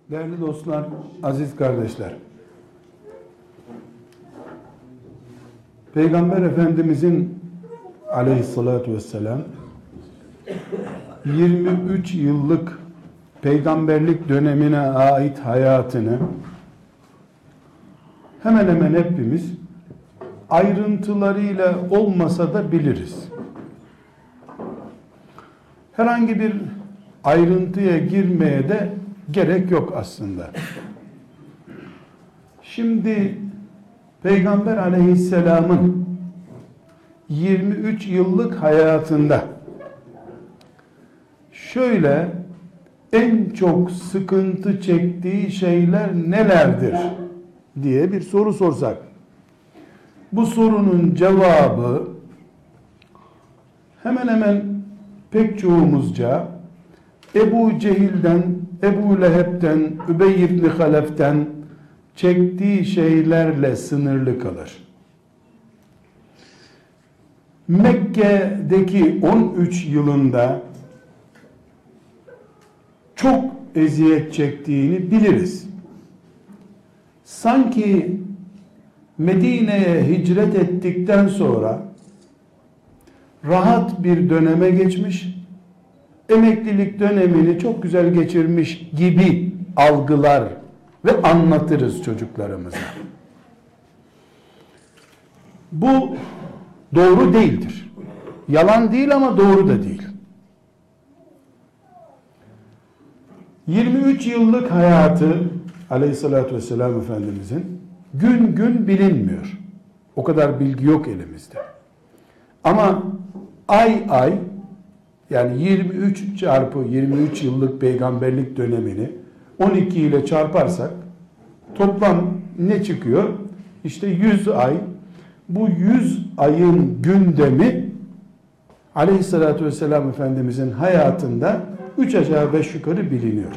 Değerli dostlar, aziz kardeşler. Peygamber Efendimizin aleyhissalatü vesselam 23 yıllık peygamberlik dönemine ait hayatını hemen hemen hepimiz ayrıntılarıyla olmasa da biliriz. Herhangi bir ayrıntıya girmeye de gerek yok aslında. Şimdi Peygamber Aleyhisselam'ın 23 yıllık hayatında şöyle en çok sıkıntı çektiği şeyler nelerdir diye bir soru sorsak, bu sorunun cevabı hemen hemen pek çoğumuzca Ebu Cehil'den, Ebu Leheb'den, Übey ibn Halef'ten çektiği şeylerle sınırlı kalır. Mekke'deki 13 yılında çok eziyet çektiğini biliriz. Sanki Medine'ye hicret ettikten sonra rahat bir döneme geçmiş, emeklilik dönemini çok güzel geçirmiş gibi algılar ve anlatırız çocuklarımıza. Bu doğru değildir. Yalan değil ama doğru da değil. 23 yıllık hayatı Aleyhisselatü Vesselam Efendimizin gün gün bilinmiyor. O kadar bilgi yok elimizde. Ama ay ay, yani 23 çarpı 23 yıllık peygamberlik dönemini 12 ile çarparsak toplam ne çıkıyor? İşte 100 ay. Bu 100 ayın gündemi Aleyhisselatü Vesselam Efendimizin hayatında 3 aşağı 5 yukarı biliniyor.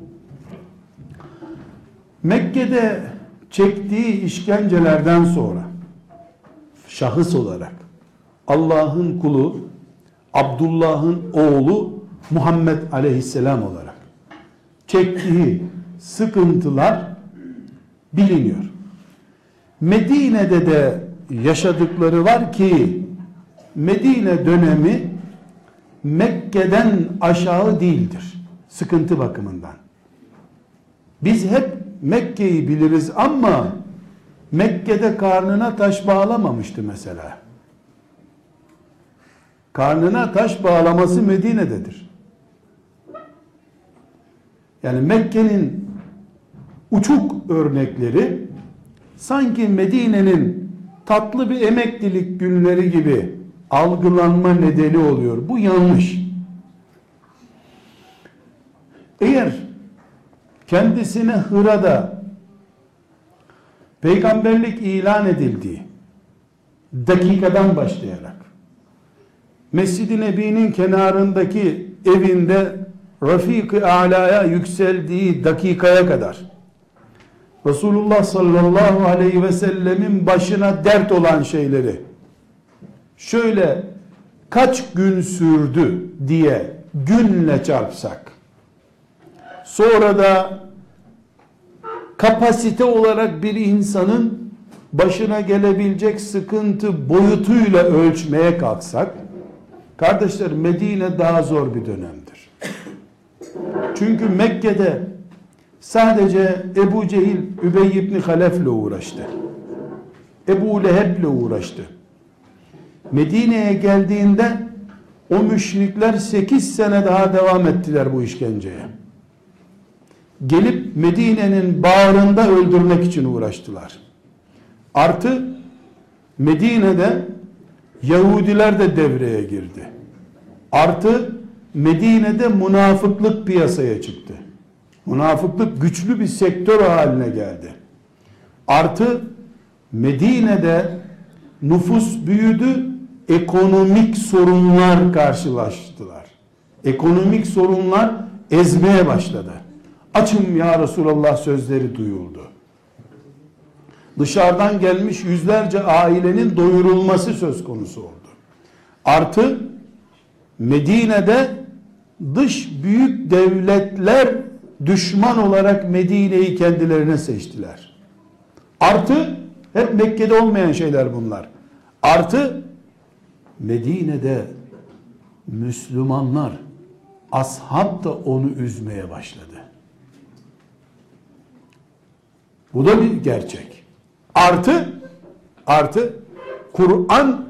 Mekke'de çektiği işkencelerden sonra şahıs olarak Allah'ın kulu, Abdullah'ın oğlu Muhammed Aleyhisselam olarak çektiği sıkıntılar biliniyor. Medine'de de yaşadıkları var ki Medine dönemi Mekke'den aşağı değildir sıkıntı bakımından. Biz hep Mekke'yi biliriz ama Mekke'de karnına taş bağlamamıştı mesela. Karnına taş bağlaması Medine'dedir. Yani Mekke'nin uçuk örnekleri sanki Medine'nin tatlı bir emeklilik günleri gibi algılanma nedeni oluyor. Bu yanlış. Eğer kendisine Hıra'da peygamberlik ilan edildiği dakikadan başlayarak Mescid-i Nebi'nin kenarındaki evinde Rafik-i A'la'ya yükseldiği dakikaya kadar Resulullah sallallahu aleyhi ve sellemin başına dert olan şeyleri şöyle kaç gün sürdü diye günle çarpsak, sonra da kapasite olarak bir insanın başına gelebilecek sıkıntı boyutuyla ölçmeye kalksak, kardeşler, Medine daha zor bir dönemdir. Çünkü Mekke'de sadece Ebu Cehil, Übey ibn Halef'le uğraştı. Ebu Leheb'le uğraştı. Medine'ye geldiğinde o müşrikler 8 sene daha devam ettiler bu işkenceye. Gelip Medine'nin bağrında öldürmek için uğraştılar. Artı Medine'de Yahudiler de devreye girdi. Artı Medine'de münafıklık piyasaya çıktı. Münafıklık güçlü bir sektör haline geldi. Artı Medine'de nüfus büyüdü, ekonomik sorunlar karşılaştılar. Ekonomik sorunlar ezmeye başladı. Açım ya Resulallah sözleri duyuldu. Dışarıdan gelmiş yüzlerce ailenin doyurulması söz konusu oldu. Artı Medine'de dış büyük devletler düşman olarak Medine'yi kendilerine seçtiler. Artı, hep Mekke'de olmayan şeyler bunlar. Artı, Medine'de Müslümanlar, ashab da onu üzmeye başladı. Bu da bir gerçek. Artı Kur'an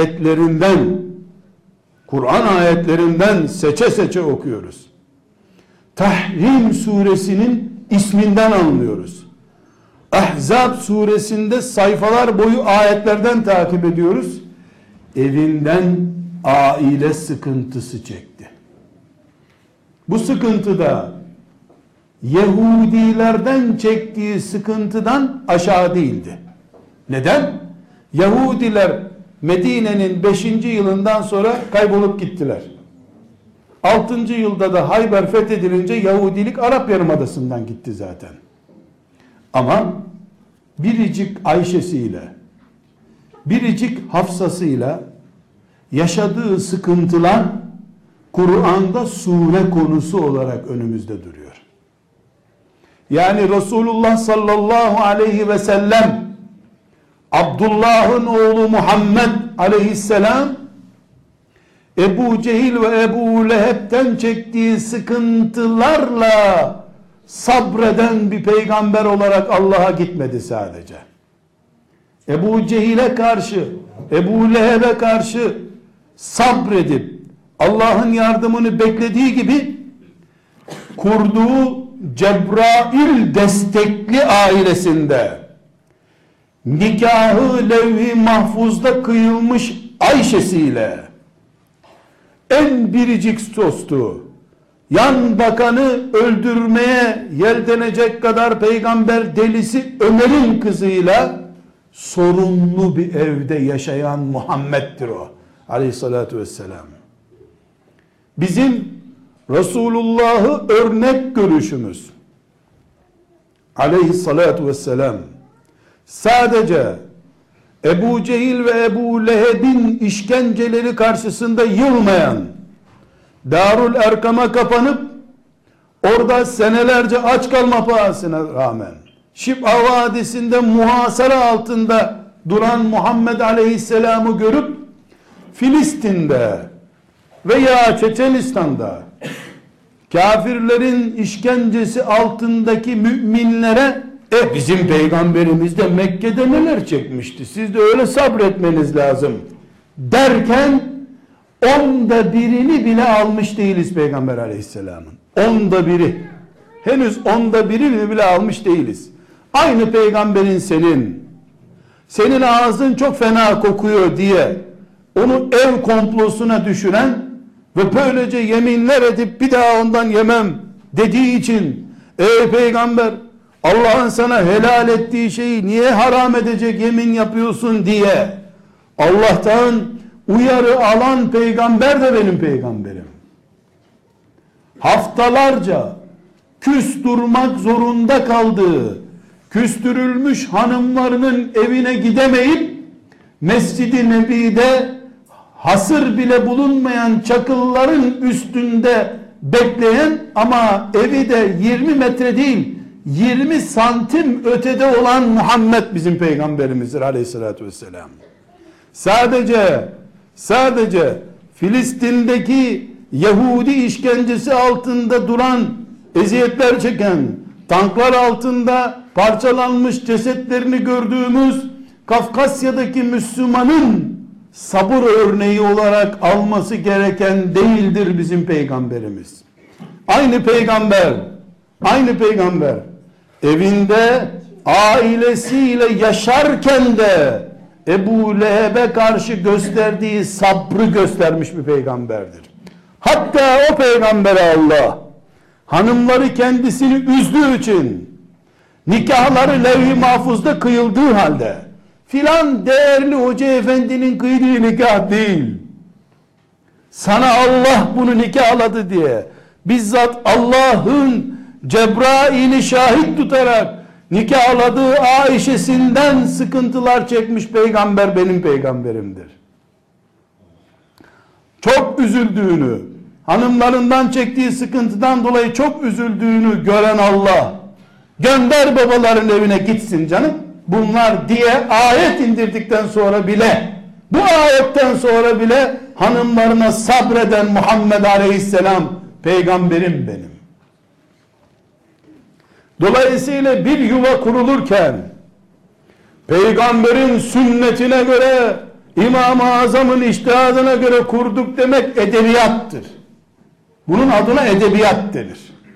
ayetlerinden seçe seçe okuyoruz. Tahrim suresinin isminden anlıyoruz. Ahzab suresinde sayfalar boyu ayetlerden takip ediyoruz. Evinden aile sıkıntısı çekti. Bu sıkıntıda Yahudilerden çektiği sıkıntıdan aşağı değildi. Neden? Yahudiler Medine'nin 5. yılından sonra kaybolup gittiler. 6. yılda da Hayber fethedilince Yahudilik Arap Yarımadası'ndan gitti zaten. Ama biricik Ayşe'siyle, biricik Hafsa'sıyla yaşadığı sıkıntılar Kur'an'da sure konusu olarak önümüzde duruyor. Yani Resulullah sallallahu aleyhi ve sellem, Abdullah'ın oğlu Muhammed aleyhisselam, Ebu Cehil ve Ebu Leheb'ten çektiği sıkıntılarla sabreden bir peygamber olarak Allah'a gitmedi sadece. Ebu Cehil'e karşı, Ebu Leheb'e karşı sabredip Allah'ın yardımını beklediği gibi kurduğu Cebrail destekli ailesinde nikahı levh-i mahfuzda kıyılmış Ayşe'siyle en biricik dostu, yan bakanı öldürmeye yeltenecek kadar peygamber delisi Ömer'in kızıyla sorunlu bir evde yaşayan Muhammed'dir o. Aleyhissalatü vesselam. Bizim Resulullah'ı örnek görüşümüz aleyhissalatü vesselam sadece Ebu Cehil ve Ebu Leheb'in işkenceleri karşısında yılmayan, Darul Erkam'a kapanıp orada senelerce aç kalma pahasına rağmen Şib'a Vadisi'nde muhasara altında duran Muhammed Aleyhisselam'ı görüp Filistin'de veya Çeçenistan'da kafirlerin işkencesi altındaki müminlere bizim peygamberimiz de Mekke'de neler çekmişti, siz de öyle sabretmeniz lazım derken 1/10 bile almış değiliz Peygamber Aleyhisselam'ın. 1/10, henüz 1/10 bile almış değiliz. Aynı peygamberin senin ağzın çok fena kokuyor diye onu ev komplosuna düşüren ve böylece yeminler edip bir daha ondan yemem dediği için ey peygamber, Allah'ın sana helal ettiği şeyi niye haram edecek yemin yapıyorsun diye Allah'tan uyarı alan peygamber de benim peygamberim. Haftalarca küs durmak zorunda kaldığı, küstürülmüş hanımlarının evine gidemeyip Mescid-i Nebi'de hasır bile bulunmayan çakılların üstünde bekleyen ama evi de 20 metre değil 20 santim ötede olan Muhammed bizim peygamberimizdir aleyhissalatü vesselam. Sadece Filistin'deki Yahudi işkencesi altında duran, eziyetler çeken, tanklar altında parçalanmış cesetlerini gördüğümüz Kafkasya'daki Müslümanın sabır örneği olarak alması gereken değildir bizim peygamberimiz. Aynı peygamber evinde ailesiyle yaşarken de Ebu Leheb'e karşı gösterdiği sabrı göstermiş bir peygamberdir. Hatta o peygambere Allah hanımları kendisini üzdüğü için nikahları levh-i mahfuzda kıyıldığı halde filan değerli hoca efendinin kıydığı nikah değil, sana Allah bunu nikahladı diye bizzat Allah'ın Cebrail'i şahit tutarak nikahladığı Ayşe'sinden sıkıntılar çekmiş peygamber benim peygamberimdir. Çok üzüldüğünü, hanımlarından çektiği sıkıntıdan dolayı çok üzüldüğünü gören Allah, gönder babaların evine gitsin canım bunlar diye ayet indirdikten sonra bile, bu ayetten sonra bile hanımlarına sabreden Muhammed Aleyhisselam peygamberim benim. Dolayısıyla bir yuva kurulurken peygamberin sünnetine göre, İmam-ı Azam'ın içtihadına göre kurduk demek edebiyattır. Bunun adına edebiyat denir.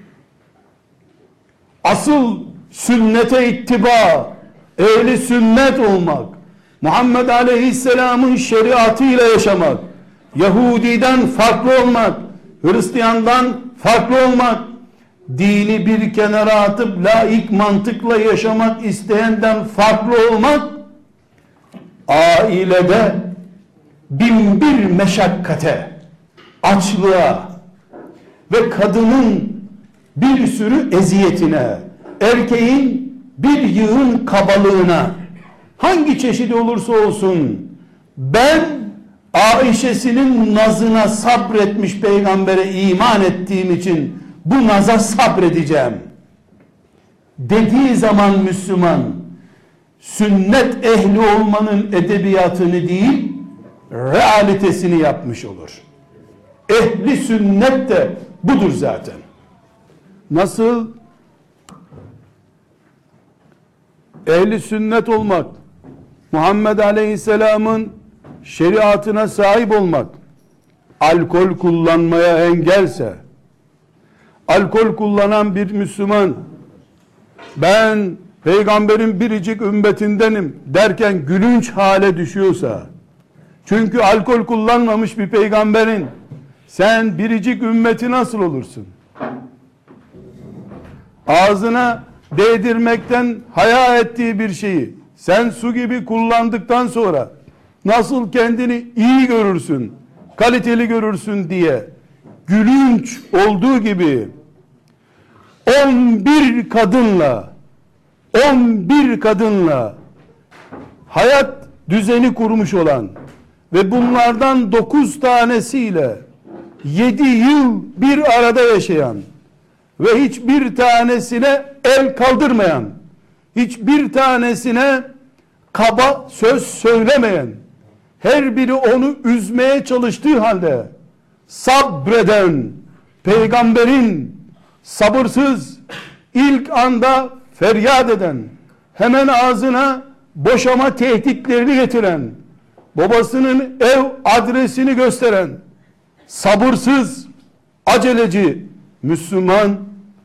Asıl sünnete ittiba, ehli sünnet olmak, Muhammed Aleyhisselam'ın şeriatıyla yaşamak, Yahudi'den farklı olmak, Hristiyan'dan farklı olmak, dini bir kenara atıp laik mantıkla yaşamak isteyenden farklı olmak, ailede binbir meşakkate, açlığa ve kadının bir sürü eziyetine, erkeğin bir yığın kabalığına, hangi çeşidi olursa olsun, ben Aişe'sinin nazına sabretmiş peygambere iman ettiğim için bu naza sabredeceğim dediği zaman Müslüman, sünnet ehli olmanın edebiyatını değil, realitesini yapmış olur. Ehli sünnet de budur zaten. Nasıl? Ehli sünnet olmak, Muhammed Aleyhisselam'ın şeriatına sahip olmak, alkol kullanmaya engelse, alkol kullanan bir Müslüman, ben peygamberin biricik ümmetindenim derken gülünç hale düşüyorsa, çünkü alkol kullanmamış bir peygamberin sen biricik ümmeti nasıl olursun? Ağzına değdirmekten haya ettiği bir şeyi sen su gibi kullandıktan sonra nasıl kendini iyi görürsün, kaliteli görürsün diye gülünç olduğu gibi 11 kadınla hayat düzeni kurmuş olan ve bunlardan 9 tanesiyle 7 yıl bir arada yaşayan ve hiçbir tanesine el kaldırmayan, hiçbir tanesine kaba söz söylemeyen, her biri onu üzmeye çalıştığı halde sabreden peygamberin, sabırsız, ilk anda feryat eden, hemen ağzına boşama tehditlerini getiren, babasının ev adresini gösteren, sabırsız, aceleci Müslüman,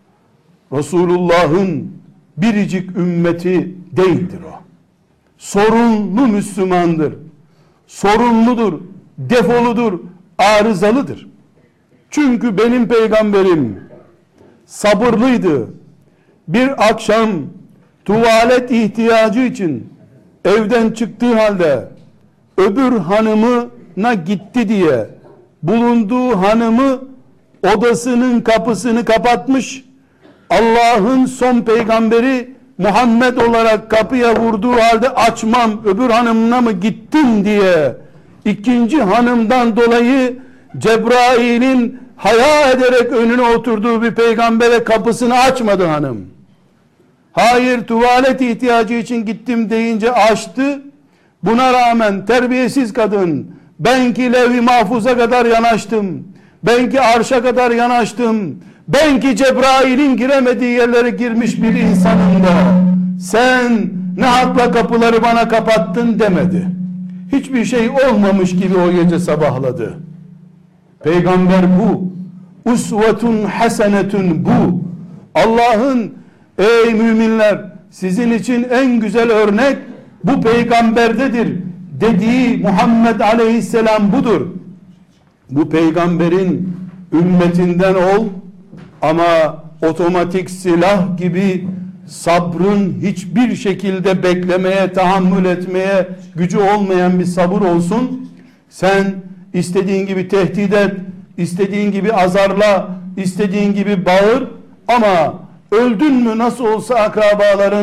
Resulullah'ın biricik ümmeti değildir o. Sorunlu Müslümandır. Sorunludur, defoludur, arızalıdır. Çünkü benim peygamberim sabırlıydı. Bir akşam tuvalet ihtiyacı için evden çıktığı halde öbür hanımına gitti diye bulunduğu hanımı odasının kapısını kapatmış, Allah'ın son peygamberi Muhammed olarak kapıya vurduğu halde açmam, öbür hanımına mı gittin diye ikinci hanımdan dolayı Cebrail'in haya ederek önüne oturduğu bir peygambere kapısını açmadı hanım. Hayır, tuvalet ihtiyacı için gittim deyince açtı. Buna rağmen terbiyesiz kadın, ben ki levh-i mahfuza kadar yanaştım, ben ki arşa kadar yanaştım, ben ki Cebrail'in giremediği yerlere girmiş bir insanım da sen ne hakla kapıları bana kapattın demedi. Hiçbir şey olmamış gibi o gece sabahladı. Peygamber bu. Usvetun hasenetun bu. Allah'ın ey müminler sizin için en güzel örnek bu peygamberdedir dediği Muhammed Aleyhisselam budur. Bu peygamberin ümmetinden ol ama otomatik silah gibi sabrın hiçbir şekilde beklemeye, tahammül etmeye gücü olmayan bir sabır olsun. Sen istediğin gibi tehdit et, istediğin gibi azarla, istediğin gibi bağır ama öldün mü nasıl olsa akrabaların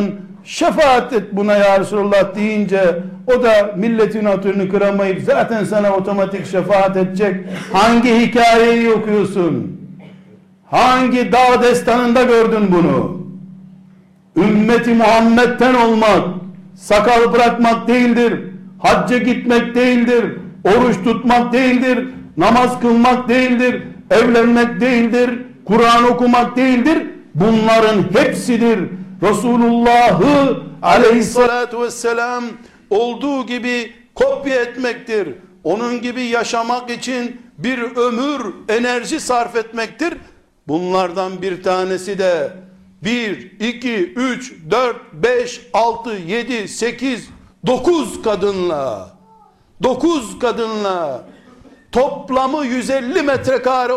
şefaat et buna ya Resulullah deyince o da milletin hatırını kıramayıp zaten sana otomatik şefaat edecek. Hangi hikayeyi okuyorsun? Hangi dağ destanında gördün bunu? Ümmeti Muhammed'den olmak sakal bırakmak değildir, hacca gitmek değildir, oruç tutmak değildir, namaz kılmak değildir, evlenmek değildir, Kur'an okumak değildir. Bunların hepsidir. Resulullah'ı aleyhissalatu vesselam olduğu gibi kopya etmektir. Onun gibi yaşamak için bir ömür enerji sarf etmektir. Bunlardan bir tanesi de 1, 2, 3, 4, 5, 6, 7, 8, 9 kadınla toplamı 150 metrekare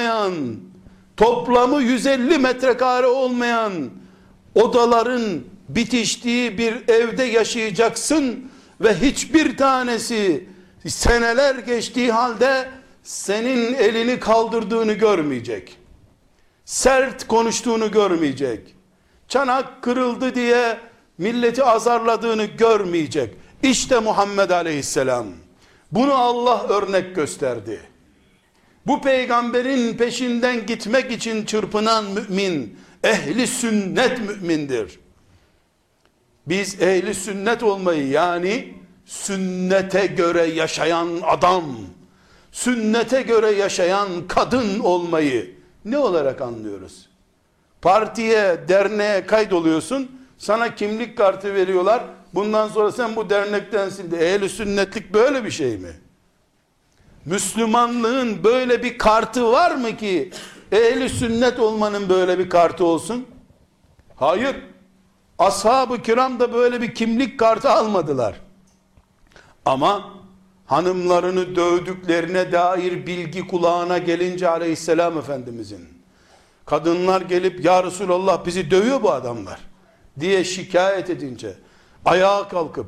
olmayan odaların bitiştiği bir evde yaşayacaksın ve hiçbir tanesi seneler geçtiği halde senin elini kaldırdığını görmeyecek. Sert konuştuğunu görmeyecek. Çanak kırıldı diye milleti azarladığını görmeyecek. İşte Muhammed Aleyhisselam. Bunu Allah örnek gösterdi. Bu peygamberin peşinden gitmek için çırpınan mümin, ehli sünnet mümindir. Biz ehli sünnet olmayı, yani sünnete göre yaşayan adam, sünnete göre yaşayan kadın olmayı ne olarak anlıyoruz? Partiye, derneğe kaydoluyorsun, sana kimlik kartı veriyorlar, bundan sonra sen bu dernektensin de. Ehl-i sünnetlik böyle bir şey mi? Müslümanlığın böyle bir kartı var mı ki ehl-i sünnet olmanın böyle bir kartı olsun? Hayır. Ashab-ı kiram da böyle bir kimlik kartı almadılar. Ama hanımlarını dövdüklerine dair bilgi kulağına gelince aleyhisselam efendimizin, kadınlar gelip ya Resulallah bizi dövüyor bu adamlar diye şikayet edince ayağa kalkıp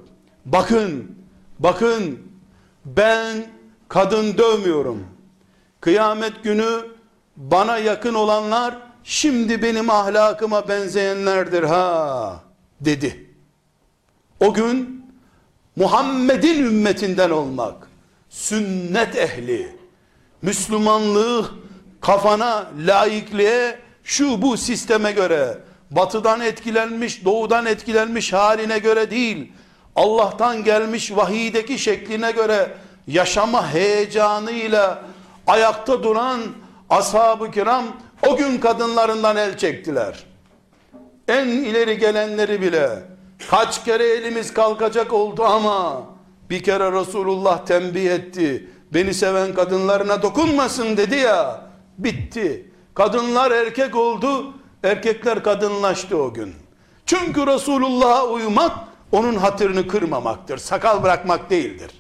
bakın ben kadın dövmüyorum. Kıyamet günü bana yakın olanlar şimdi benim ahlakıma benzeyenlerdir ha dedi. O gün Muhammed'in ümmetinden olmak, sünnet ehli, Müslümanlığı kafana, laikliğe, şu bu sisteme göre, batıdan etkilenmiş, doğudan etkilenmiş haline göre değil, Allah'tan gelmiş vahiydeki şekline göre yaşama heyecanıyla ayakta duran ashab-ı kiram o gün kadınlarından el çektiler. En ileri gelenleri bile kaç kere elimiz kalkacak oldu ama bir kere Resulullah tembih etti. Beni seven kadınlarına dokunmasın dedi ya, bitti. Kadınlar erkek oldu, erkekler kadınlaştı o gün. Çünkü Resulullah'a uymak onun hatırını kırmamaktır. Sakal bırakmak değildir.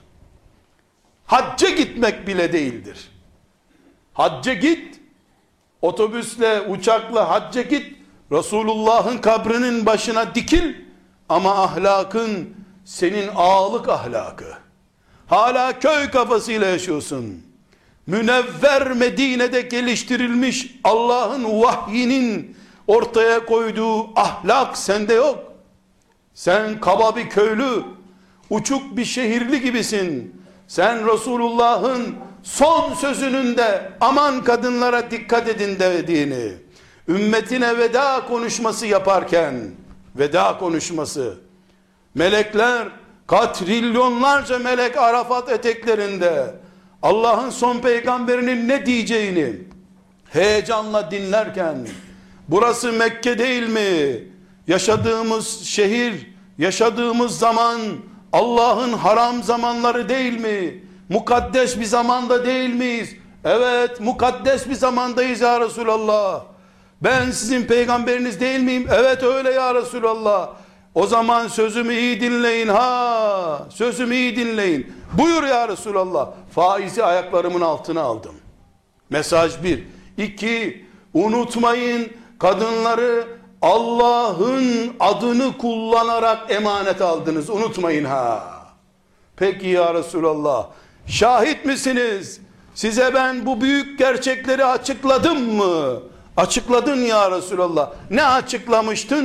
Hacca gitmek bile değildir. Hacca git, otobüsle, uçakla hacca git, Resulullah'ın kabrinin başına dikil, ama ahlakın senin ağalık ahlakı. Hala köy kafasıyla yaşıyorsun. Münevver Medine'de geliştirilmiş Allah'ın vahyinin ortaya koyduğu ahlak sende yok. Sen kaba bir köylü, uçuk bir şehirli gibisin. Sen Resulullah'ın son sözünün de aman kadınlara dikkat edin dediğini, ümmetine veda konuşması yaparken, veda konuşması, melekler, katrilyonlarca melek Arafat eteklerinde Allah'ın son peygamberinin ne diyeceğini heyecanla dinlerken, burası Mekke değil mi? Yaşadığımız şehir, yaşadığımız zaman Allah'ın haram zamanları değil mi? Mukaddes bir zamanda değil miyiz? Evet, mukaddes bir zamandayız ya Resulallah. Ben sizin peygamberiniz değil miyim? Evet öyle ya Resulallah. O zaman sözümü iyi dinleyin ha. Sözümü iyi dinleyin. Buyur ya Resulallah. Faizi ayaklarımın altına aldım. Mesaj 1. 2. Unutmayın, kadınları Allah'ın adını kullanarak emanet aldınız. Unutmayın ha. Peki ya Resulallah, şahit misiniz? Size ben bu büyük gerçekleri açıkladım mı? Açıkladın ya Resulallah. Ne açıklamıştın?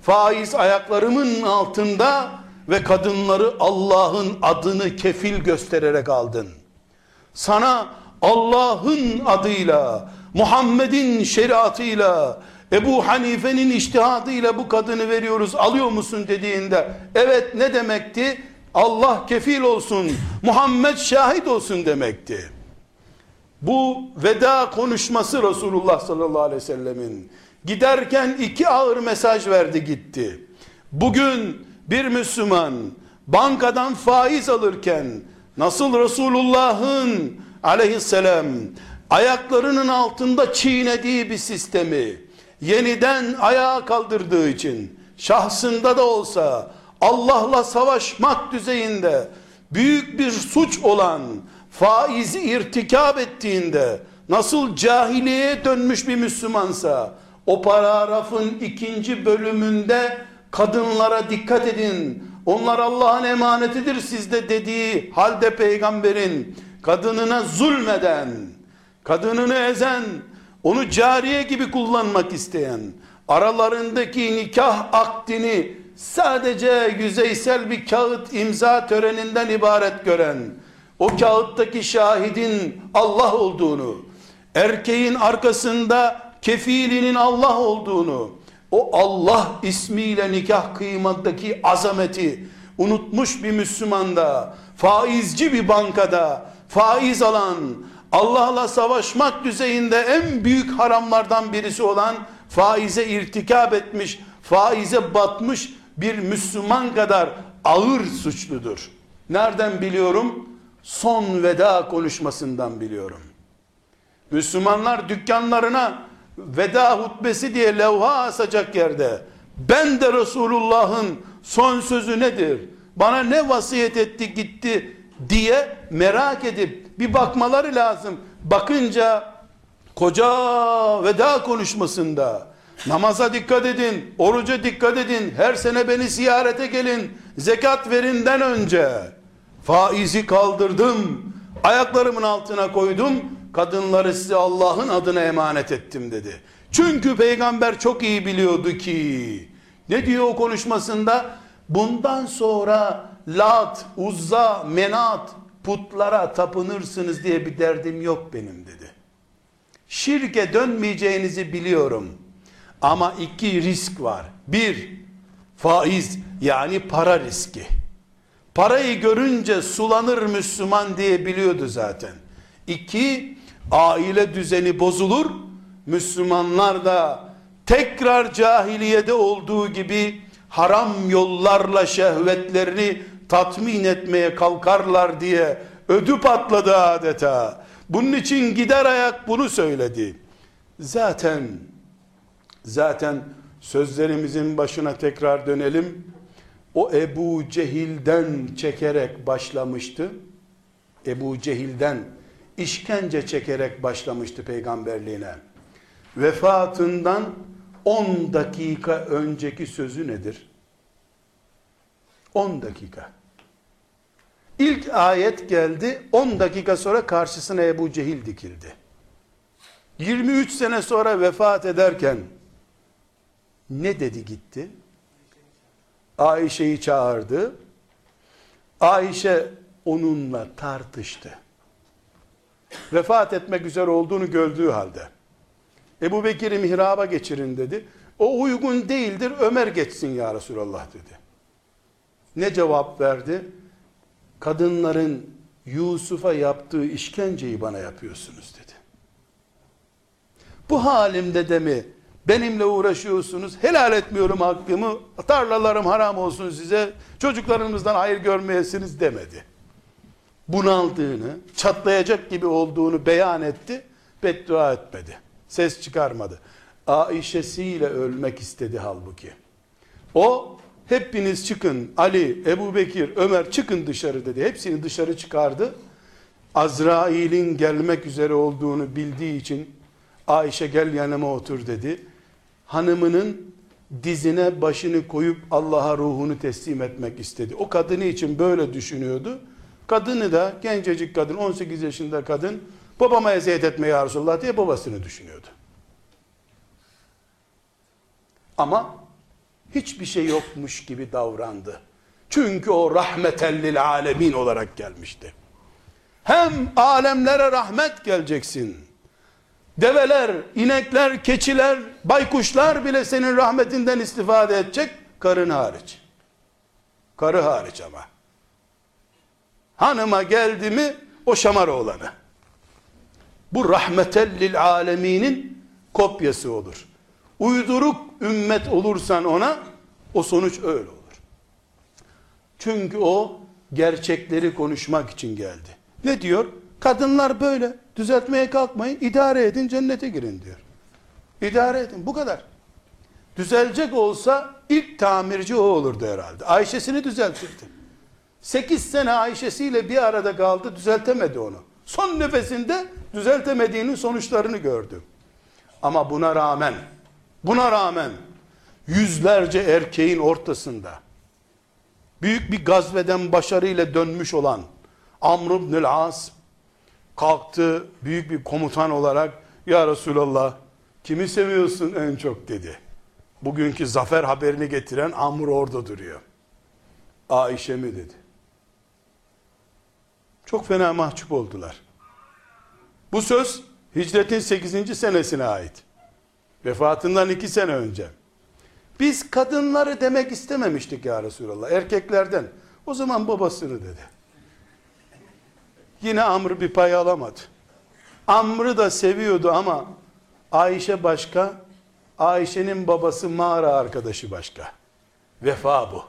faiz ayaklarımın altında ve kadınları Allah'ın adını kefil göstererek aldın. Sana Allah'ın adıyla, Muhammed'in şeriatıyla, Ebu Hanife'nin içtihadıyla bu kadını veriyoruz, alıyor musun dediğinde, evet ne demekti? Allah kefil olsun, Muhammed şahit olsun demekti. Bu veda konuşması Resulullah sallallahu aleyhi ve sellemin giderken iki ağır mesaj verdi gitti. Bugün bir Müslüman bankadan faiz alırken nasıl Resulullah'ın aleyhisselam ayaklarının altında çiğnediği bir sistemi yeniden ayağa kaldırdığı için, şahsında da olsa Allah'la savaşmak düzeyinde büyük bir suç olan faizi irtikab ettiğinde nasıl cahiliyeye dönmüş bir Müslümansa, o paragrafın 2. bölümünde kadınlara dikkat edin, onlar Allah'ın emanetidir sizde dediği halde peygamberin kadınına zulmeden, kadınını ezen, onu cariye gibi kullanmak isteyen, aralarındaki nikah akdini sadece yüzeysel bir kağıt imza töreninden ibaret gören, o kağıttaki şahidin Allah olduğunu, erkeğin arkasında kefilinin Allah olduğunu, o Allah ismiyle nikah kıymadaki azameti unutmuş bir Müslümanda, faizci bir bankada faiz alan, Allah'la savaşmak düzeyinde en büyük haramlardan birisi olan faize irtikab etmiş, faize batmış bir Müslüman kadar ağır suçludur. Nereden biliyorum? Son veda konuşmasından biliyorum. Müslümanlar dükkanlarına veda hutbesi diye levha asacak yerde, ben de Resulullah'ın son sözü nedir, bana ne vasiyet etti gitti diye merak edip bir bakmaları lazım. Bakınca koca veda konuşmasında namaza dikkat edin, oruca dikkat edin, her sene beni ziyarete gelin, zekat verinden önce faizi kaldırdım, ayaklarımın altına koydum, kadınları size Allah'ın adına emanet ettim dedi. Çünkü peygamber çok iyi biliyordu ki, ne diyor o konuşmasında? Bundan sonra Lat, Uzza, Menat putlara tapınırsınız diye bir derdim yok benim dedi. Şirke dönmeyeceğinizi biliyorum. Ama iki risk var. Bir, faiz yani para riski. Parayı görünce sulanır Müslüman diye biliyordu zaten. İki, aile düzeni bozulur. Müslümanlar da tekrar cahiliyede olduğu gibi haram yollarla şehvetlerini tatmin etmeye kalkarlar diye ödü patladı adeta. Bunun için gider ayak bunu söyledi. Zaten sözlerimizin başına tekrar dönelim. O Ebu Cehil'den çekerek başlamıştı. Ebu Cehil'den işkence çekerek başlamıştı peygamberliğine. Vefatından 10 dakika önceki sözü nedir? 10 dakika. İlk ayet geldi, 10 dakika sonra karşısına Ebu Cehil dikildi. 23 sene sonra vefat ederken ne dedi gitti? Ayşe'yi çağırdı. Ayşe onunla tartıştı. Vefat etmek üzere olduğunu gördüğü halde. Ebu Bekir'i mihraba geçirin dedi. O uygun değildir, Ömer geçsin ya Resulallah dedi. Ne cevap verdi? Kadınların Yusuf'a yaptığı işkenceyi bana yapıyorsunuz dedi. Bu halimde de mi benimle uğraşıyorsunuz, helal etmiyorum hakkımı, tarlalarım haram olsun size, çocuklarınızdan hayır görmeyesiniz demedi. Bunaldığını, çatlayacak gibi olduğunu beyan etti, beddua etmedi. Ses çıkarmadı. Aişesiyle ölmek istedi halbuki. O, hepiniz çıkın, Ali, Ebu Bekir, Ömer çıkın dışarı dedi. Hepsini dışarı çıkardı. Azrail'in gelmek üzere olduğunu bildiği için, Ayşe gel yanıma otur dedi. Hanımının dizine başını koyup Allah'a ruhunu teslim etmek istedi. O kadını için böyle düşünüyordu. Kadını da, gencecik kadın, 18 yaşında kadın, babama eziyet etme ya Resulullah diye babasını düşünüyordu. Ama hiçbir şey yokmuş gibi davrandı. Çünkü o rahmeten lil alemin olarak gelmişti. Hem alemlere rahmet geleceksin. Develer, inekler, keçiler, baykuşlar bile senin rahmetinden istifade edecek, karın hariç. Karı hariç ama. Hanıma geldi mi o şamaroğlanı. Bu rahmeten lil aleminin kopyası olur. Uyduruk ümmet olursan ona, o sonuç öyle olur. Çünkü o gerçekleri konuşmak için geldi. Ne diyor? Kadınlar böyle, düzeltmeye kalkmayın, idare edin, cennete girin diyor. İdare edin, bu kadar. Düzelecek olsa ilk tamirci o olurdu herhalde. Ayşe'sini düzeltirdi. 8 sene Ayşe'siyle bir arada kaldı, düzeltemedi onu. Son nefesinde düzeltemediğinin sonuçlarını gördü. Ama buna rağmen yüzlerce erkeğin ortasında büyük bir gazveden başarıyla dönmüş olan Amr ibn As kalktı, büyük bir komutan olarak, ya Resulallah kimi seviyorsun en çok dedi. Bugünkü zafer haberini getiren Amr orada duruyor. Ayşe mi dedi. Çok fena mahcup oldular. Bu söz hicretin 8. senesine ait. Vefatından 2 sene önce. Biz kadınları demek istememiştik ya Resulallah, erkeklerden. O zaman babasını dedi. Yine Amr bir pay alamadı. Amr'ı da seviyordu ama Ayşe başka, Ayşe'nin babası mağara arkadaşı başka. Vefa bu.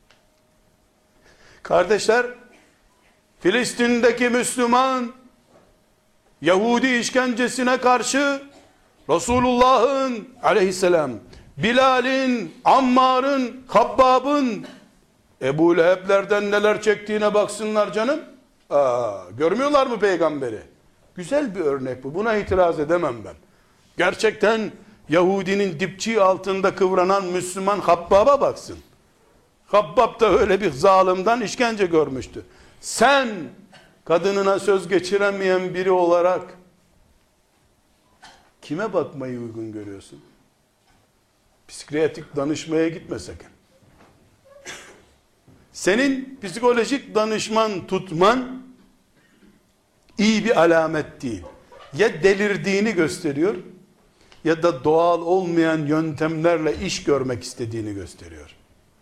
Kardeşler, Filistin'deki Müslüman Yahudi işkencesine karşı Resulullah'ın aleyhisselam, Bilal'in, Ammar'ın, Habbab'ın, Ebu Leheb'lerden neler çektiğine baksınlar canım. Görmüyorlar mı peygamberi? Güzel bir örnek bu. Buna itiraz edemem ben. Gerçekten Yahudinin dipçiği altında kıvranan Müslüman Habbab'a baksın. Habbab da öyle bir zalimden işkence görmüştü. Sen kadınına söz geçiremeyen biri olarak kime bakmayı uygun görüyorsun? Psikiyatrik danışmaya gitme sakın. Senin psikolojik danışman tutman iyi bir alamet değil. Ya delirdiğini gösteriyor ya da doğal olmayan yöntemlerle iş görmek istediğini gösteriyor.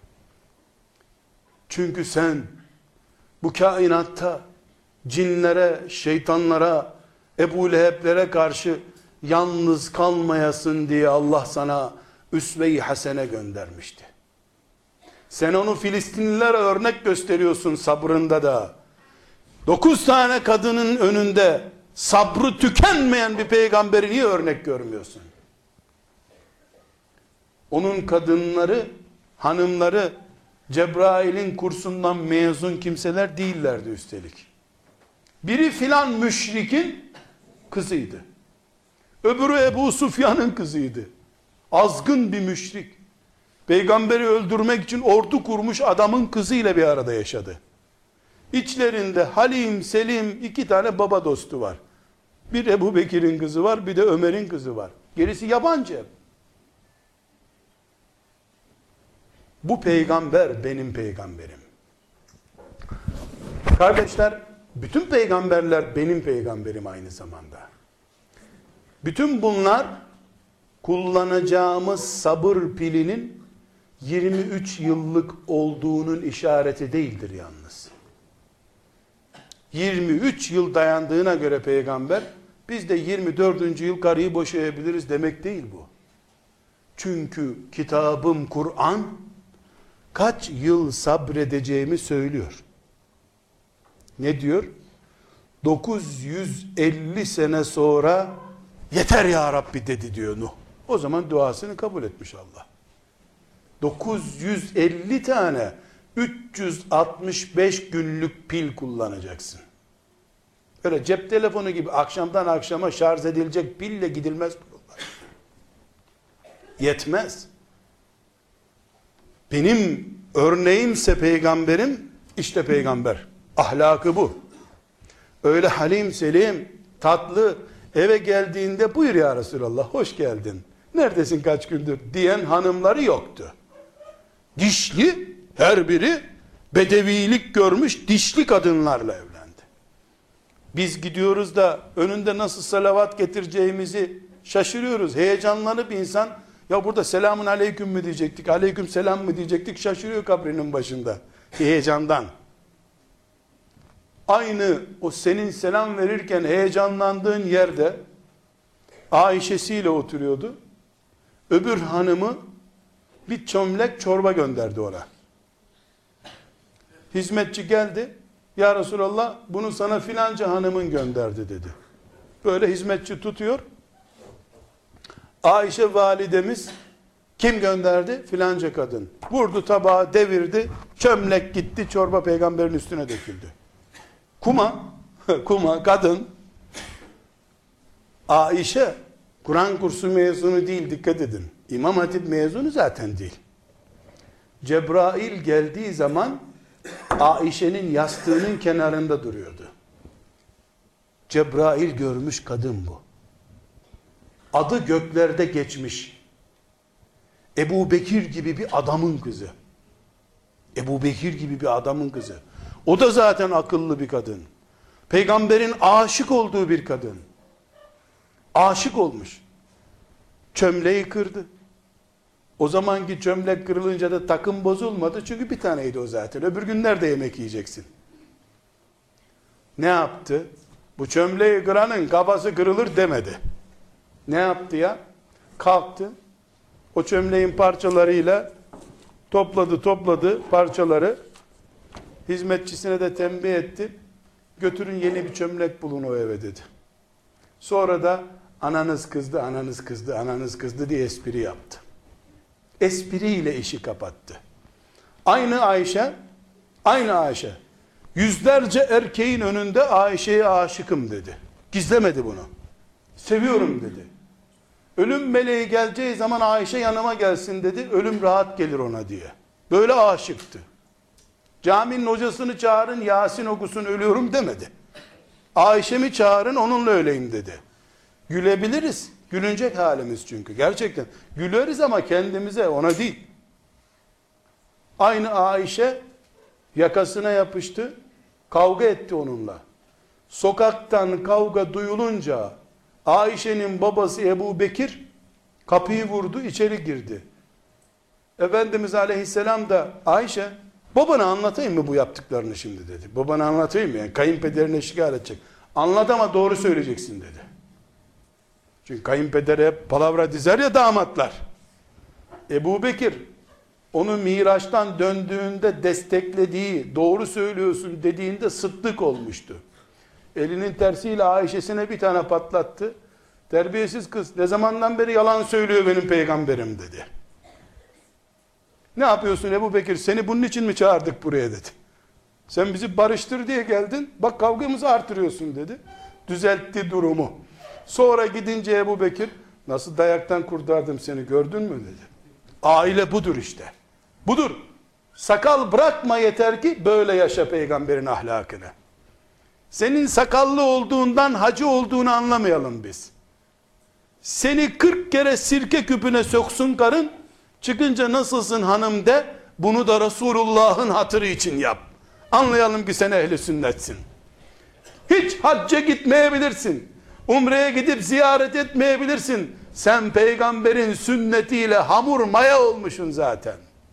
Çünkü sen bu kainatta cinlere, şeytanlara, Ebu Leheb'lere karşı yalnız kalmayasın diye Allah sana üsve-i hasene göndermişti. Sen onu Filistinlilere örnek gösteriyorsun sabrında da. 9 tane kadının önünde sabrı tükenmeyen bir peygamberi niye örnek görmüyorsun? Onun kadınları, hanımları Cebrail'in kursundan mezun kimseler değillerdi üstelik. Biri filan müşrikin kızıydı. Öbürü Ebu Sufyan'ın kızıydı. Azgın bir müşrik. Peygamberi öldürmek için ordu kurmuş adamın kızıyla bir arada yaşadı. İçlerinde Halim, Selim 2 tane baba dostu var. Bir Ebu Bekir'in kızı var, bir de Ömer'in kızı var. Gerisi yabancı. Bu peygamber benim peygamberim. Kardeşler, bütün peygamberler benim peygamberim aynı zamanda. Bütün bunlar kullanacağımız sabır pilinin 23 yıllık olduğunun işareti değildir yalnız. 23 yıl dayandığına göre peygamber, biz de 24. yıl karıyı boşayabiliriz demek değil bu. Çünkü kitabım Kur'an kaç yıl sabredeceğimi söylüyor. Ne diyor? 950 sene sonra yeter ya Rabbi dedi diyor Nuh. O zaman duasını kabul etmiş Allah. 950 tane 365 günlük pil kullanacaksın. Öyle cep telefonu gibi akşamdan akşama şarj edilecek pille gidilmez bu yollar. Yetmez. Benim örneğimse peygamberim, işte peygamber. Ahlakı bu. Öyle halim, selim, tatlı, eve geldiğinde buyur ya Resulallah, hoş geldin. Neredesin kaç gündür diyen hanımları yoktu. Dişli, her biri bedevilik görmüş dişli kadınlarla evlendi. Biz gidiyoruz da önünde nasıl salavat getireceğimizi şaşırıyoruz. Heyecanlanıp insan, ya burada selamun aleyküm mü diyecektik, aleyküm selam mı diyecektik, şaşırıyor kabrinin başında heyecandan. Aynı o senin selam verirken heyecanlandığın yerde Ayşe'siyle oturuyordu. Öbür hanımı bir çömlek çorba gönderdi ona. Hizmetçi geldi. Ya Resulallah, bunu sana filanca hanımın gönderdi dedi. Böyle hizmetçi tutuyor. Ayşe validemiz, kim gönderdi? Filanca kadın. Vurdu tabağı, devirdi. Çömlek gitti, çorba peygamberin üstüne döküldü. Kuma kadın. Ayşe Kur'an kursu mezunu değil, dikkat edin. İmam Hatip mezunu zaten değil. Cebrail geldiği zaman Ayşe'nin yastığının kenarında duruyordu. Cebrail görmüş kadın bu. Adı göklerde geçmiş. Ebu Bekir gibi bir adamın kızı. Ebu Bekir gibi bir adamın kızı. O da zaten akıllı bir kadın. Peygamberin aşık olduğu bir kadın. Aşık olmuş. Çömleği kırdı. O zamanki çömlek kırılınca da takım bozulmadı. Çünkü bir taneydi o zaten. Öbür gün nerede yemek yiyeceksin? Ne yaptı? Bu çömleği kıranın kafası kırılır demedi. Ne yaptı ya? Kalktı. O çömleğin parçalarıyla topladı parçaları. Hizmetçisine de tembih etti. Götürün yeni bir çömlek bulun o eve dedi. Sonra da ananız kızdı diye espri yaptı. Espriyle işi kapattı. Aynı Ayşe yüzlerce erkeğin önünde Ayşe'ye aşıkım dedi. Gizlemedi bunu. Seviyorum dedi. Ölüm meleği geleceği zaman Ayşe yanıma gelsin dedi. Ölüm rahat gelir ona diye. Böyle aşıktı. Caminin hocasını çağırın, Yasin okusun, ölüyorum demedi. Ayşe'mi çağırın, onunla öleyim dedi. Gülebiliriz. Gülünecek halimiz çünkü. Gerçekten. Güleriz ama kendimize, ona değil. Aynı Ayşe yakasına yapıştı. Kavga etti onunla. Sokaktan kavga duyulunca Ayşe'nin babası Ebu Bekir kapıyı vurdu, içeri girdi. Efendimiz Aleyhisselam da Ayşe, babana anlatayım mı bu yaptıklarını şimdi dedi. Babana anlatayım mı? Yani kayınpederine şikayet edecek. Anlat ama doğru söyleyeceksin dedi. Çünkü kayınpedere hep palavra dizer ya damatlar. Ebu Bekir onu Miraç'tan döndüğünde desteklediği, doğru söylüyorsun dediğinde sıddık olmuştu. Elinin tersiyle Ayşe'sine bir tane patlattı. Terbiyesiz kız, ne zamandan beri yalan söylüyor benim peygamberim dedi. Ne yapıyorsun Ebu Bekir, seni bunun için mi çağırdık buraya dedi. Sen bizi barıştır diye geldin, bak kavgamızı artırıyorsun dedi. Düzeltti durumu. Sonra gidince Ebu Bekir, nasıl dayaktan kurtardım seni gördün mü dedi. Aile budur işte. Budur. Sakal bırakma yeter ki böyle yaşa peygamberin ahlakını. Senin sakallı olduğundan hacı olduğunu anlamayalım biz. Seni 40 kere sirke küpüne soksun karın, çıkınca nasılsın hanım de, bunu da Resulullah'ın hatırı için yap. Anlayalım ki sen ehli sünnetsin. Hiç hacca gitmeyebilirsin. Umre'ye gidip ziyaret etmeyebilirsin. Sen peygamberin sünnetiyle hamur maya olmuşsun zaten.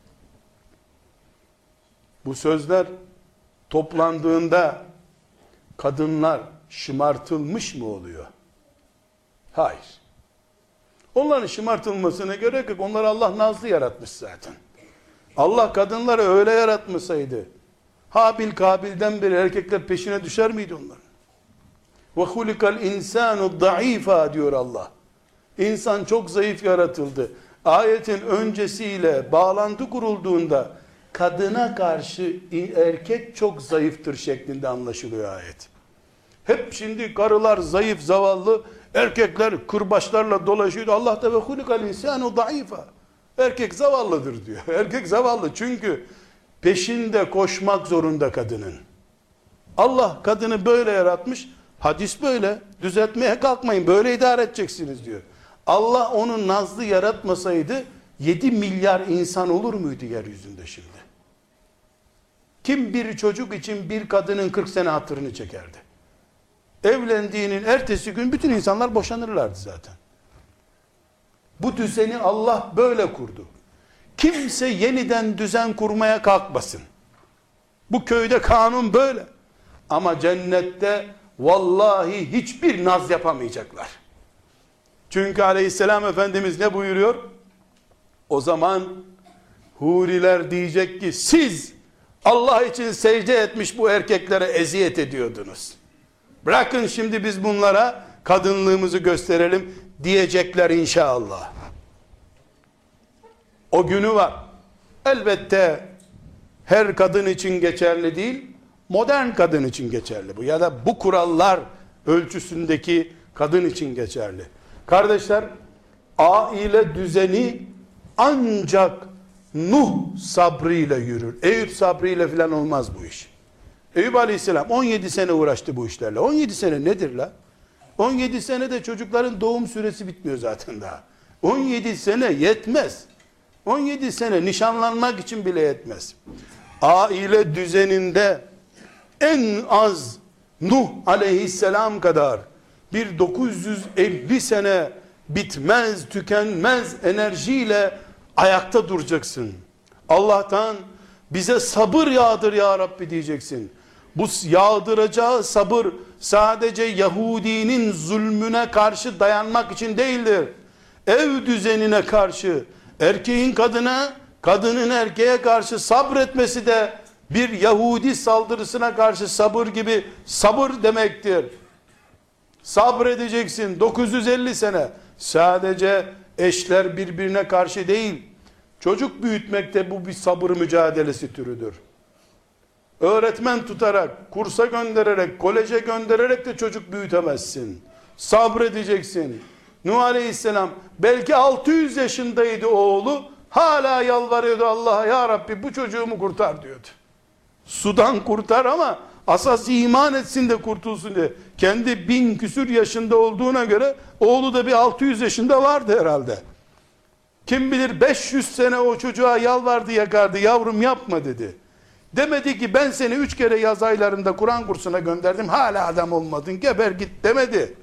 Bu sözler toplandığında kadınlar şımartılmış mı oluyor? Hayır. Onların şımartılmasına gerek yok. Onları Allah nazlı yaratmış zaten. Allah kadınları öyle yaratmasaydı, Habil Kabil'den beri erkekler peşine düşer miydi onların? وَخُلِقَ الْاِنْسَانُ ضَعِيفًا diyor Allah. İnsan çok zayıf yaratıldı. Ayetin öncesiyle bağlantı kurulduğunda kadına karşı erkek çok zayıftır şeklinde anlaşılıyor ayet. Hep şimdi karılar zayıf, zavallı, erkekler kırbaçlarla dolaşıyor. Allah da وَخُلِقَ الْاِنْسَانُ ضَعِيفًا. Erkek zavallıdır diyor. Erkek zavallı çünkü peşinde koşmak zorunda kadının. Allah kadını böyle yaratmış. Hadis böyle. Düzeltmeye kalkmayın. Böyle idare edeceksiniz diyor. Allah onu nazlı yaratmasaydı 7 milyar insan olur muydu yeryüzünde şimdi? Kim bir çocuk için bir kadının 40 sene hatırını çekerdi? Evlendiğinin ertesi gün bütün insanlar boşanırlardı zaten. Bu düzeni Allah böyle kurdu. Kimse yeniden düzen kurmaya kalkmasın. Bu köyde kanun böyle. Ama cennette vallahi hiçbir naz yapamayacaklar. Çünkü aleyhisselam Efendimiz ne buyuruyor? O zaman huriler diyecek ki siz Allah için secde etmiş bu erkeklere eziyet ediyordunuz. Bırakın şimdi biz bunlara kadınlığımızı gösterelim diyecekler inşallah. O günü var. Elbette her kadın için geçerli değil, modern kadın için geçerli bu. Ya da bu kurallar ölçüsündeki kadın için geçerli. Kardeşler, aile düzeni ancak Nuh sabrıyla yürür. Eyüp sabrıyla filan olmaz bu iş. Eyüp Aleyhisselam 17 sene uğraştı bu işlerle. 17 sene nedir la? 17 senede çocukların doğum süresi bitmiyor zaten daha. 17 sene yetmez. 17 sene nişanlanmak için bile yetmez. Aile düzeninde en az Nuh Aleyhisselam kadar bir 950 sene bitmez, tükenmez enerjiyle ayakta duracaksın. Allah'tan bize sabır yağdır ya Rabbi diyeceksin. Bu yağdıracağı sabır sadece Yahudinin zulmüne karşı dayanmak için değildir. Ev düzenine karşı, erkeğin kadına, kadının erkeğe karşı sabretmesi de bir Yahudi saldırısına karşı sabır gibi sabır demektir. Sabredeceksin 950 sene. Sadece eşler birbirine karşı değil, çocuk büyütmekte bu bir sabır mücadelesi türüdür. Öğretmen tutarak, kursa göndererek, koleje göndererek de çocuk büyütemezsin. Sabredeceksin. Nuh Aleyhisselam belki 600 yaşındaydı oğlu, hala yalvarıyordu Allah'a, ya Rabbi bu çocuğumu kurtar diyordu. Sudan kurtar ama asas iman etsin de kurtulsun diye. Kendi 1000 küsür yaşında olduğuna göre oğlu da bir 600 yaşında vardı herhalde. Kim bilir 500 sene o çocuğa yalvardı yakardı, yavrum yapma dedi. Demedi ki ben seni 3 kere yaz aylarında Kur'an kursuna gönderdim, hala adam olmadın, geber git demedi.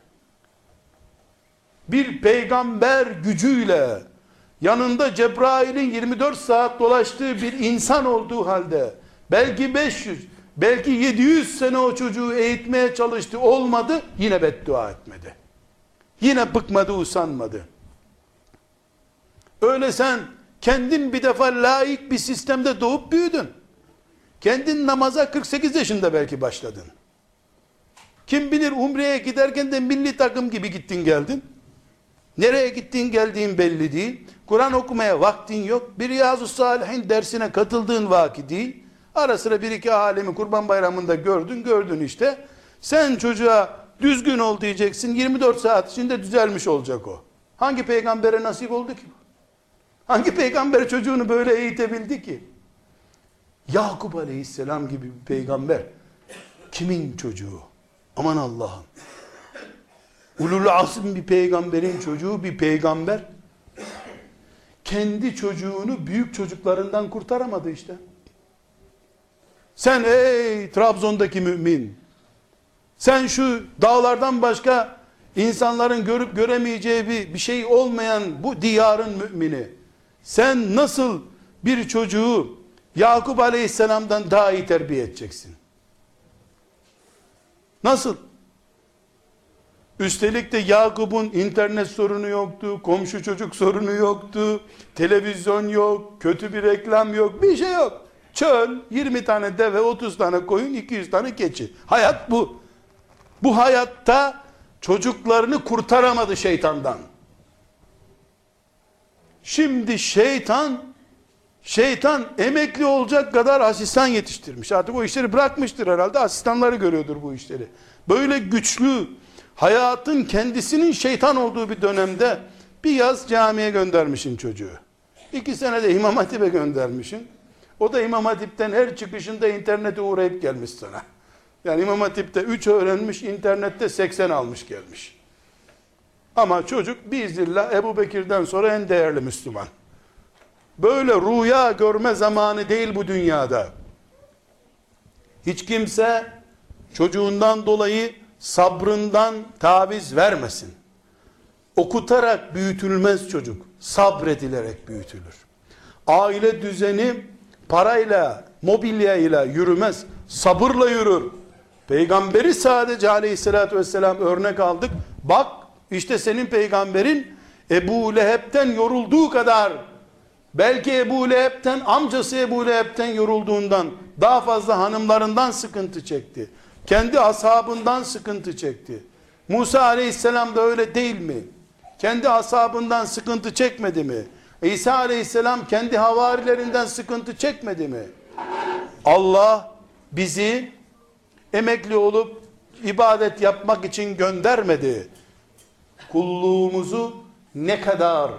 Bir peygamber gücüyle yanında Cebrail'in 24 saat dolaştığı bir insan olduğu halde belki 500, belki 700 sene o çocuğu eğitmeye çalıştı, olmadı, yine beddua etmedi. Yine bıkmadı, usanmadı. Öyle sen kendin bir defa laik bir sistemde doğup büyüdün. Kendin namaza 48 yaşında belki başladın. Kim bilir umreye giderken de milli takım gibi gittin geldin. Nereye gittiğin geldiğin belli değil. Kur'an okumaya vaktin yok. Bir Riyazu Salihin dersine katıldığın vakit değil. Ara sıra bir iki alemi Kurban Bayramı'nda gördün işte. Sen çocuğa düzgün ol diyeceksin. 24 saat içinde düzelmiş olacak o. Hangi peygambere nasip oldu ki? Hangi peygamber çocuğunu böyle eğitebildi ki? Yakup Aleyhisselam gibi bir peygamber kimin çocuğu? Aman Allah'ım. Ulul azm bir peygamberin çocuğu, bir peygamber kendi çocuğunu büyük çocuklarından kurtaramadı işte. Sen ey Trabzon'daki mümin, sen şu dağlardan başka insanların görüp göremeyeceği bir şey olmayan bu diyarın mümini, sen nasıl bir çocuğu Yakup Aleyhisselam'dan daha iyi terbiye edeceksin? Nasıl? Üstelik de Yakup'un internet sorunu yoktu, komşu çocuk sorunu yoktu, televizyon yok, kötü bir reklam yok, bir şey yok. Çöl, 20 tane deve, 30 tane koyun, 200 tane keçi. Hayat bu. Bu hayatta çocuklarını kurtaramadı şeytandan. Şimdi şeytan emekli olacak kadar asistan yetiştirmiş. Artık o işleri bırakmıştır herhalde. Asistanları görüyordur bu işleri. Böyle güçlü, hayatın kendisinin şeytan olduğu bir dönemde bir yaz camiye göndermişsin çocuğu. 2 sene de İmam Hatip'e göndermişsin. O da İmam Hatip'ten her çıkışında internete uğrayıp gelmiş sana. Yani İmam Hatip'te 3 öğrenmiş, internette 80 almış gelmiş. Ama çocuk biiznillah Ebu Bekir'den sonra en değerli Müslüman. böyle rüya görme zamanı değil bu dünyada. Hiç kimse çocuğundan dolayı sabrından taviz vermesin. Okutarak büyütülmez çocuk, sabredilerek büyütülür. Aile düzeni parayla, mobilyayla yürümez, sabırla yürür. Peygamberi sadece aleyhissalatü vesselam örnek aldık. Bak işte senin peygamberin Ebu Leheb'ten yorulduğu kadar, belki Ebu Leheb'ten, amcası Ebu Leheb'ten yorulduğundan daha fazla hanımlarından sıkıntı çekti. Kendi ashabından sıkıntı çekti. Musa aleyhisselam da öyle değil mi? Kendi ashabından sıkıntı çekmedi mi? İsa aleyhisselam kendi havarilerinden sıkıntı çekmedi mi? Allah bizi emekli olup ibadet yapmak için göndermedi. Kulluğumuzu ne kadar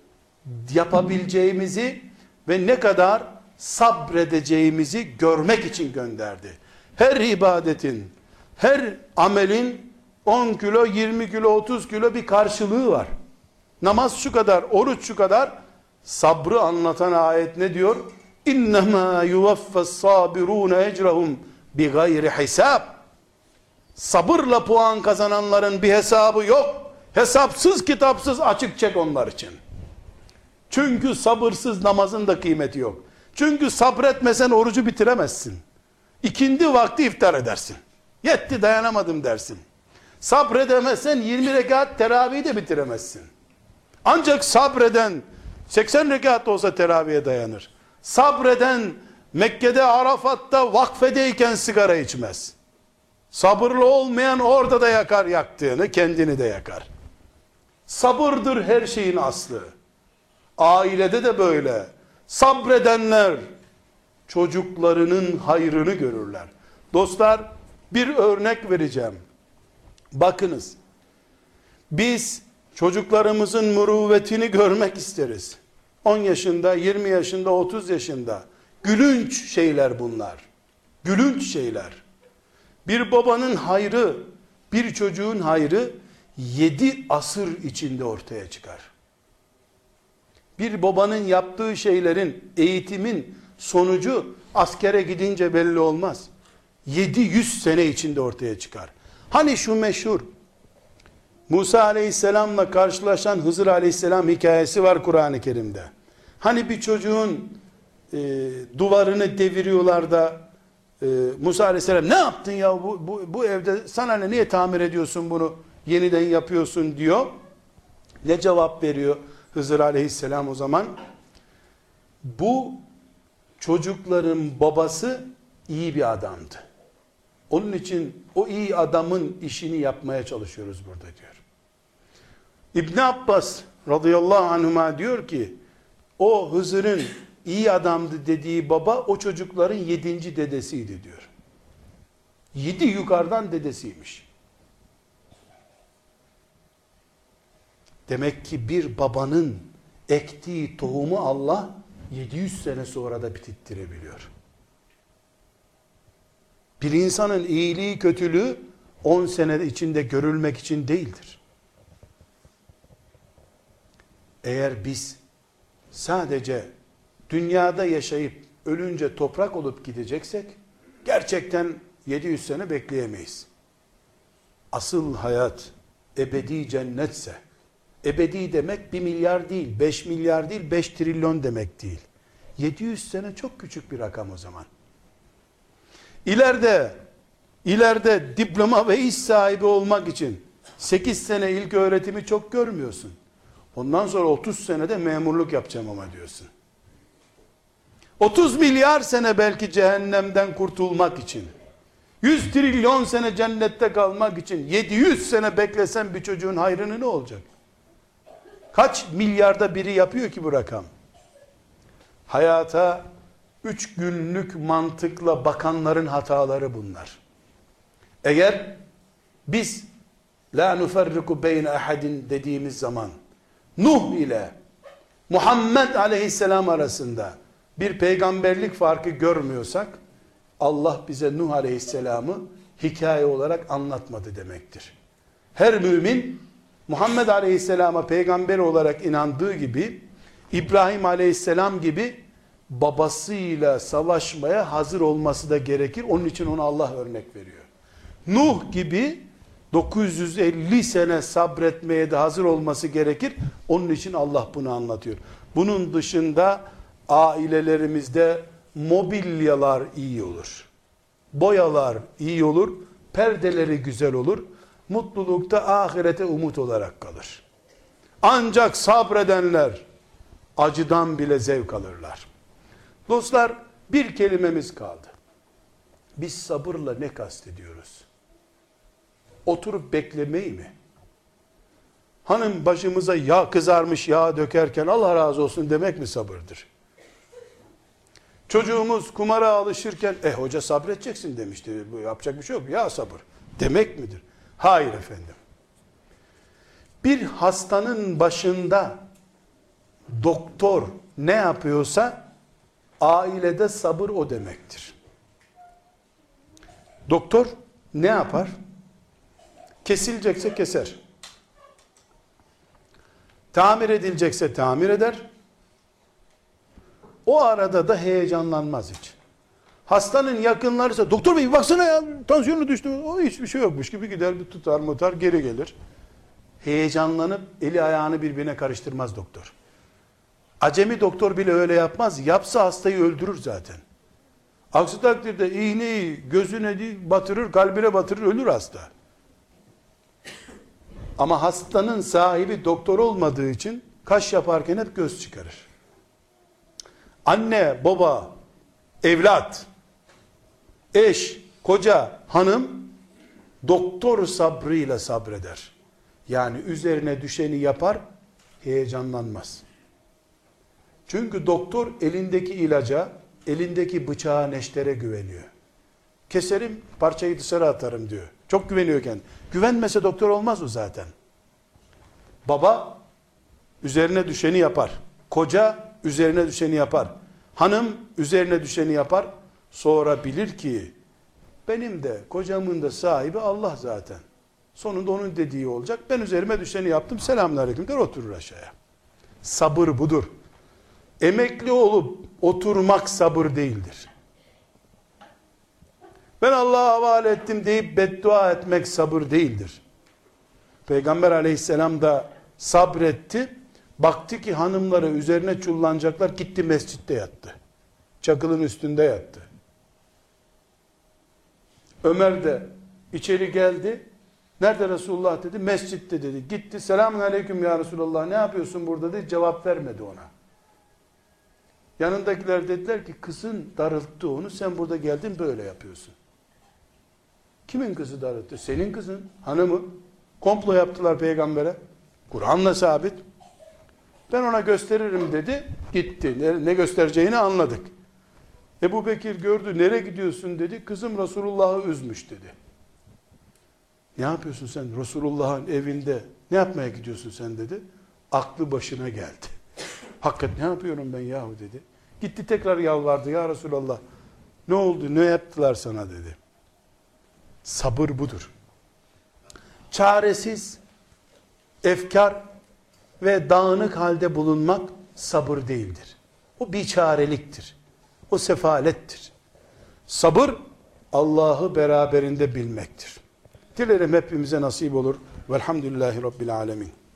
yapabileceğimizi ve ne kadar sabredeceğimizi görmek için gönderdi. Her ibadetin, her amelin 10 kilo, 20 kilo, 30 kilo bir karşılığı var. Namaz şu kadar, oruç şu kadar. Sabrı anlatan ayet ne diyor? İnnemâ yuvaffas sabirûne ecrahum bi gayri hisab. Sabırla puan kazananların bir hesabı yok. Hesapsız kitapsız açık çek onlar için. Çünkü sabırsız namazın da kıymeti yok. Çünkü sabretmesen orucu bitiremezsin. İkindi vakti iftar edersin. Yetti, dayanamadım dersin. Sabredemezsen 20 rekat teravihi de bitiremezsin. Ancak sabreden 80 rekat olsa teravihe dayanır. Sabreden Mekke'de, Arafat'ta, vakfedeyken sigara içmez. Sabırlı olmayan orada da yakar yaktığını, kendini de yakar. Sabırdır her şeyin aslı. Ailede de böyle. Sabredenler çocuklarının hayrını görürler. Dostlar, bir örnek vereceğim. Bakınız. Biz çocuklarımızın mürüvvetini görmek isteriz. 10 yaşında, 20 yaşında, 30 yaşında. Gülünç şeyler bunlar. Gülünç şeyler. Bir babanın hayrı, bir çocuğun hayrı 7 asır içinde ortaya çıkar. Bir babanın yaptığı şeylerin, eğitimin sonucu askere gidince belli olmaz. 700 sene içinde ortaya çıkar. Hani şu meşhur Musa aleyhisselamla karşılaşan Hızır aleyhisselam hikayesi var Kur'an-ı Kerim'de. Hani bir çocuğun duvarını deviriyorlar da Musa aleyhisselam ne yaptın ya bu evde sana ne, niye tamir ediyorsun bunu, yeniden yapıyorsun diyor. Ne cevap veriyor Hızır aleyhisselam o zaman? Bu çocukların babası iyi bir adamdı. Onun için o iyi adamın işini yapmaya çalışıyoruz burada diyor. İbn Abbas radıyallahu anhuma diyor ki o Hızır'ın iyi adamdı dediği baba o çocukların 7. dedesiydi diyor. 7 yukarıdan dedesiymiş. Demek ki bir babanın ektiği tohumu Allah 700 sene sonra da bitirttirebiliyor. Bir insanın iyiliği kötülüğü 10 sene içinde görülmek için değildir. Eğer biz sadece dünyada yaşayıp ölünce toprak olup gideceksek gerçekten 700 sene bekleyemeyiz. Asıl hayat ebedi cennetse, ebedi demek 1 milyar değil, 5 milyar değil, 5 trilyon demek değil. 700 sene çok küçük bir rakam o zaman. İleride diploma ve iş sahibi olmak için 8 sene ilk öğretimi çok görmüyorsun. Ondan sonra 30 senede memurluk yapacağım ama diyorsun. 30 milyar sene belki cehennemden kurtulmak için, 100 trilyon sene cennette kalmak için 700 sene beklesen bir çocuğun hayrını ne olacak? Kaç milyarda biri yapıyor ki bu rakam? Hayata 3 günlük mantıkla bakanların hataları bunlar. Eğer biz la nuferriku beyne ahadin dediğimiz zaman Nuh ile Muhammed aleyhisselam arasında bir peygamberlik farkı görmüyorsak Allah bize Nuh aleyhisselamı hikaye olarak anlatmadı demektir. Her mümin Muhammed aleyhisselama peygamber olarak inandığı gibi İbrahim aleyhisselam gibi babasıyla savaşmaya hazır olması da gerekir. Onun için ona Allah örnek veriyor. Nuh gibi 950 sene sabretmeye de hazır olması gerekir. Onun için Allah bunu anlatıyor. Bunun dışında ailelerimizde mobilyalar iyi olur. Boyalar iyi olur. Perdeleri güzel olur. Mutlulukta ahirete umut olarak kalır. Ancak sabredenler acıdan bile zevk alırlar. Dostlar, bir kelimemiz kaldı. Biz sabırla ne kastediyoruz? Oturup beklemeyi mi? Hanım başımıza yağ kızarmış yağ dökerken Allah razı olsun demek mi sabırdır? Çocuğumuz kumara alışırken hoca sabredeceksin demişti. Yapacak bir şey yok. Ya sabır demek midir? Hayır efendim. Bir hastanın başında doktor ne yapıyorsa ailede sabır o demektir. Doktor ne yapar? Kesilecekse keser. Tamir edilecekse tamir eder. O arada da heyecanlanmaz hiç. Hastanın yakınları ise doktor bey baksana ya tansiyonu düştü. O hiçbir şey yokmuş gibi gider bir tutar mutar geri gelir. Heyecanlanıp eli ayağını birbirine karıştırmaz doktor. Acemi doktor bile öyle yapmaz. Yapsa hastayı öldürür zaten. Aksi takdirde iğneyi gözüne batırır, kalbine batırır, ölür hasta. Ama hastanın sahibi doktor olmadığı için kaş yaparken hep göz çıkarır. Anne, baba, evlat, eş, koca, hanım doktor sabrıyla sabreder. Yani üzerine düşeni yapar, heyecanlanmaz. Çünkü doktor elindeki ilaca, elindeki bıçağa, neştere güveniyor. Keserim, parçayı dışarı atarım diyor. Çok güveniyor kendine. Güvenmese doktor olmaz o zaten. Baba üzerine düşeni yapar. Koca üzerine düşeni yapar. Hanım üzerine düşeni yapar. Sonra bilir ki benim de kocamın da sahibi Allah zaten. Sonunda onun dediği olacak. Ben üzerime düşeni yaptım. Selamünaleyküm der oturur aşağıya. Sabır budur. Emekli olup oturmak sabır değildir. Ben Allah'a havale ettim deyip beddua etmek sabır değildir. Peygamber aleyhisselam da sabretti. Baktı ki hanımları üzerine çullanacaklar. Gitti mescitte yattı. Çakılın üstünde yattı. Ömer de içeri geldi. Nerede Resulullah dedi. Mescitte dedi. Gitti. Selamun aleyküm ya Resulullah. Ne yapıyorsun burada dedi. Cevap vermedi ona. Yanındakiler dediler ki kızın darılttı onu. Sen burada geldin böyle yapıyorsun. Kimin kızı darılttı? Senin kızın. Hanımı. Komplo yaptılar peygambere. Kur'an'la sabit. Ben ona gösteririm dedi. Gitti. Ne göstereceğini anladık. Ebu Bekir gördü. Nereye gidiyorsun dedi. Kızım Resulullah'ı üzmüş dedi. Ne yapıyorsun sen Resulullah'ın evinde? Ne yapmaya gidiyorsun sen dedi. Aklı başına geldi. Hakikat ne yapıyorum ben yahu dedi. Gitti tekrar yalvardı. Ya Resulallah ne oldu? Ne yaptılar sana dedi. Sabır budur. Çaresiz, efkar ve dağınık halde bulunmak sabır değildir. O biçareliktir. O sefalettir. Sabır Allah'ı beraberinde bilmektir. Dilerim hepimize nasip olur. Velhamdülillahi Rabbil alemin.